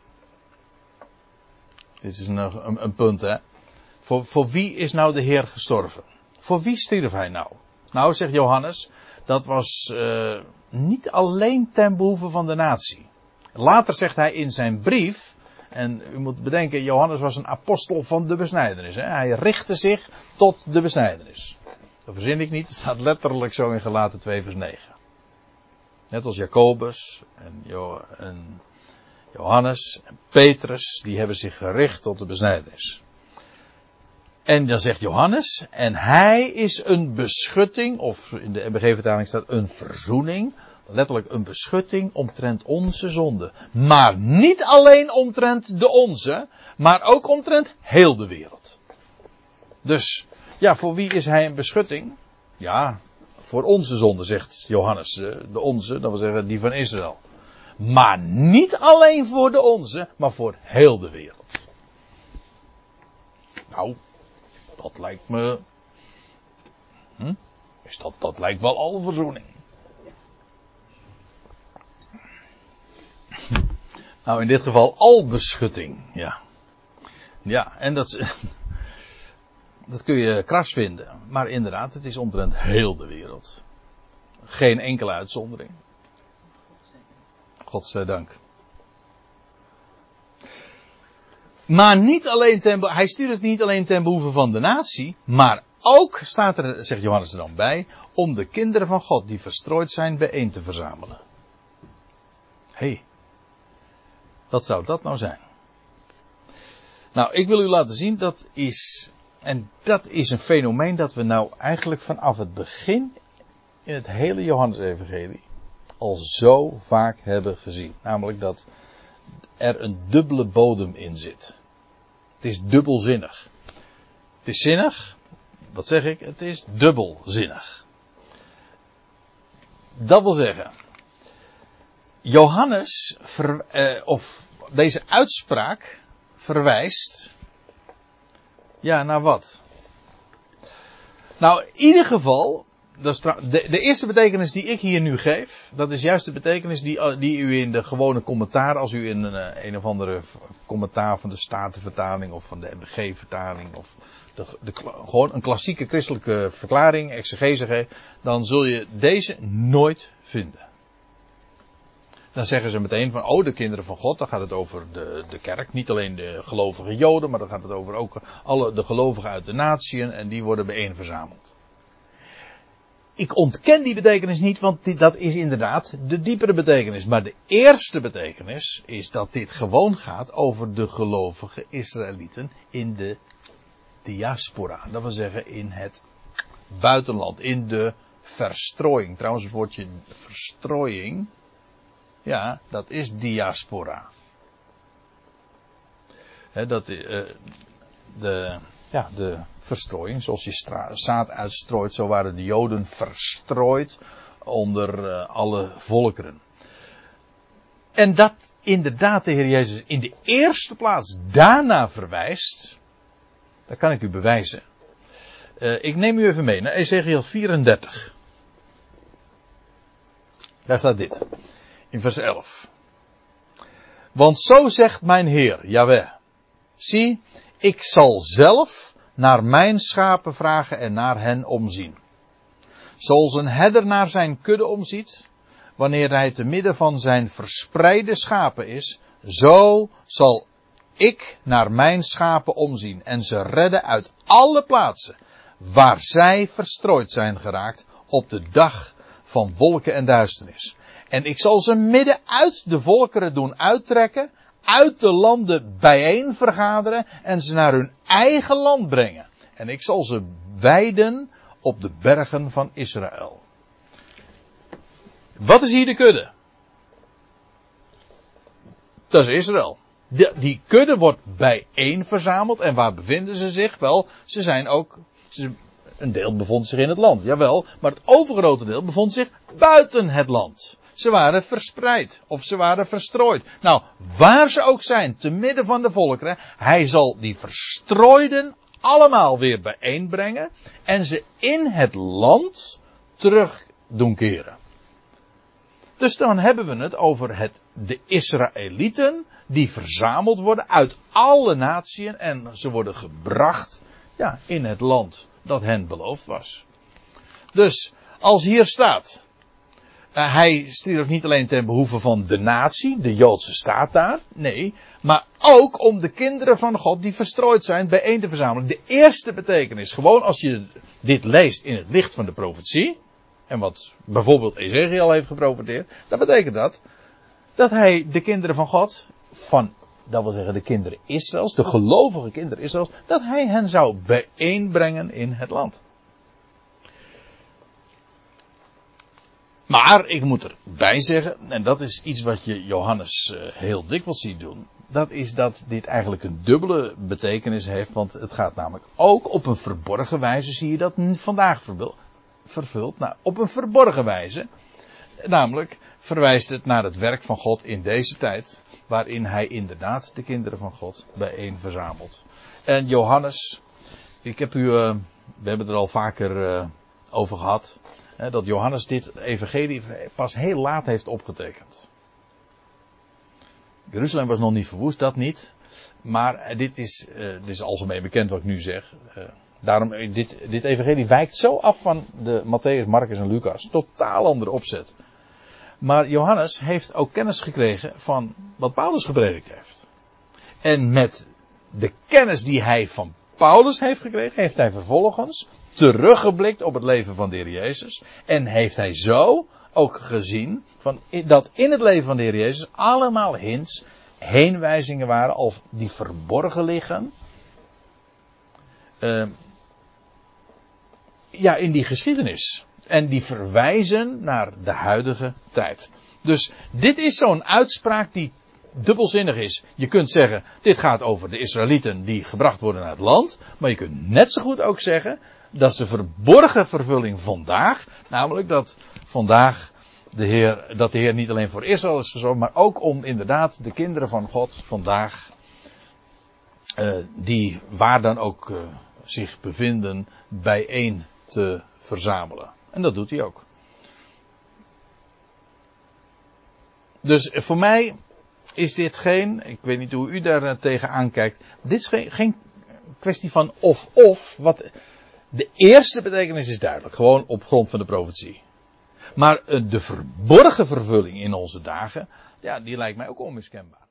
Dit is een punt, hè. Voor wie is nou de Heer gestorven? Voor wie stierf hij nou? Nou, zegt Johannes, dat was niet alleen ten behoeve van de natie. Later zegt hij in zijn brief, En u moet bedenken, Johannes was een apostel van de besnijdenis. Hè? Hij richtte zich tot de besnijdenis. Dat verzin ik niet, het staat letterlijk zo in Galaten 2 vers 9. Net als Jacobus en Johannes en Petrus, die hebben zich gericht tot de besnijdenis. En dan zegt Johannes, en hij is een beschutting, of in de MBG-vertaling staat een verzoening, letterlijk een beschutting omtrent onze zonde. Maar niet alleen omtrent de onze, maar ook omtrent heel de wereld. Dus, ja, voor wie is hij een beschutting? Ja, voor onze zonde, zegt Johannes. De onze, dat wil zeggen die van Israël. Maar niet alleen voor de onze, maar voor heel de wereld. Nou, dat lijkt me... Dat lijkt wel al verzoening. Nou, in dit geval al beschutting, ja. Ja, en dat kun je kras vinden. Maar inderdaad, het is omtrent heel de wereld. Geen enkele uitzondering. Godzijdank. Maar niet alleen hij stuurt het niet alleen ten behoeve van de natie, maar ook, staat er, zegt Johannes er dan bij, om de kinderen van God die verstrooid zijn bijeen te verzamelen. Hé, wat zou dat nou zijn? Nou, ik wil u laten zien, dat is een fenomeen dat we nou eigenlijk vanaf het begin in het hele Johannes-evangelie al zo vaak hebben gezien. Namelijk dat er een dubbele bodem in zit. Het is dubbelzinnig. Het is zinnig. Wat zeg ik? Het is dubbelzinnig. Dat wil zeggen, Johannes, of deze uitspraak verwijst, ja, naar wat? Nou, in ieder geval, dat is de eerste betekenis die ik hier nu geef, dat is juist de betekenis die u in de gewone commentaar, als u in een of andere commentaar van de Statenvertaling of van de MBG-vertaling of gewoon een klassieke christelijke verklaring, exegese geeft, dan zul je deze nooit vinden. Dan zeggen ze meteen van, de kinderen van God, dan gaat het over de kerk. Niet alleen de gelovige Joden, maar dan gaat het over ook de gelovigen uit de natieën en die worden bijeenverzameld. Ik ontken die betekenis niet, want dat is inderdaad de diepere betekenis. Maar de eerste betekenis is dat dit gewoon gaat over de gelovige Israëlieten in de diaspora. Dat wil zeggen in het buitenland, in de verstrooiing. Trouwens, het woordje verstrooiing, ja, dat is diaspora. De verstrooiing, zoals je zaad uitstrooit, zo waren de Joden verstrooid onder alle volkeren. En dat inderdaad de Heer Jezus in de eerste plaats daarna verwijst, dat kan ik u bewijzen. Ik neem u even mee naar Ezechiel 34. Daar staat dit. In vers 11. Want zo zegt mijn Heer, Jahweh. Zie, ik zal zelf naar mijn schapen vragen en naar hen omzien. Zoals een herder naar zijn kudde omziet, wanneer hij te midden van zijn verspreide schapen is, zo zal ik naar mijn schapen omzien en ze redden uit alle plaatsen waar zij verstrooid zijn geraakt op de dag van wolken en duisternis. En ik zal ze midden uit de volkeren doen uittrekken, uit de landen bijeen vergaderen en ze naar hun eigen land brengen. En ik zal ze weiden op de bergen van Israël. Wat is hier de kudde? Dat is Israël. Die kudde wordt bijeen verzameld. En waar bevinden ze zich? Wel, een deel bevond zich in het land, jawel. Maar het overgrote deel bevond zich buiten het land. Ze waren verspreid. Of ze waren verstrooid. Nou, waar ze ook zijn, te midden van de volkeren. Hij zal die verstrooiden allemaal weer bijeenbrengen. En ze in het land terug doen keren. Dus dan hebben we het over de Israëlieten die verzameld worden uit alle natieën en ze worden gebracht in het land dat hen beloofd was. Dus als hier staat Hij stierf niet alleen ten behoeve van de natie, de Joodse staat daar. Nee, maar ook om de kinderen van God die verstrooid zijn bijeen te verzamelen. De eerste betekenis, gewoon als je dit leest in het licht van de profetie. En wat bijvoorbeeld Ezekiel heeft geprofeteerd. Dan betekent dat hij de kinderen van God, dat wil zeggen de kinderen Israëls, de gelovige kinderen Israëls, dat hij hen zou bijeenbrengen in het land. Maar ik moet erbij zeggen, en dat is iets wat je Johannes heel dikwijls ziet doen, dat is dat dit eigenlijk een dubbele betekenis heeft, want het gaat namelijk ook op een verborgen wijze, zie je dat vandaag vervuld, nou, op een verborgen wijze, namelijk verwijst het naar het werk van God in deze tijd, waarin hij inderdaad de kinderen van God bijeen verzamelt. En Johannes, we hebben het er al vaker over gehad, dat Johannes dit evangelie pas heel laat heeft opgetekend. Jeruzalem was nog niet verwoest, dat niet. Maar dit is algemeen bekend wat ik nu zeg. Daarom, dit evangelie wijkt zo af van de Mattheüs, Marcus en Lucas. Totaal andere opzet. Maar Johannes heeft ook kennis gekregen van wat Paulus gepredikt heeft. En met de kennis die hij van Paulus heeft gekregen, heeft hij vervolgens teruggeblikt op het leven van de Heer Jezus. En heeft hij zo ook gezien dat in het leven van de Heer Jezus allemaal hints, heenwijzingen waren, of die verborgen liggen. In die geschiedenis. En die verwijzen naar de huidige tijd. Dus dit is zo'n uitspraak die dubbelzinnig is. Je kunt zeggen, dit gaat over de Israëlieten die gebracht worden naar het land. Maar je kunt net zo goed ook zeggen, dat is de verborgen vervulling vandaag. Namelijk dat vandaag dat de Heer niet alleen voor Israël is gezorgd, maar ook om inderdaad de kinderen van God vandaag, die waar dan ook zich bevinden, bijeen te verzamelen. En dat doet hij ook. Dus voor mij is dit ik weet niet hoe u daar tegen aankijkt, dit is geen kwestie van of, wat de eerste betekenis is duidelijk, gewoon op grond van de profetie. Maar de verborgen vervulling in onze dagen, ja, die lijkt mij ook onmiskenbaar.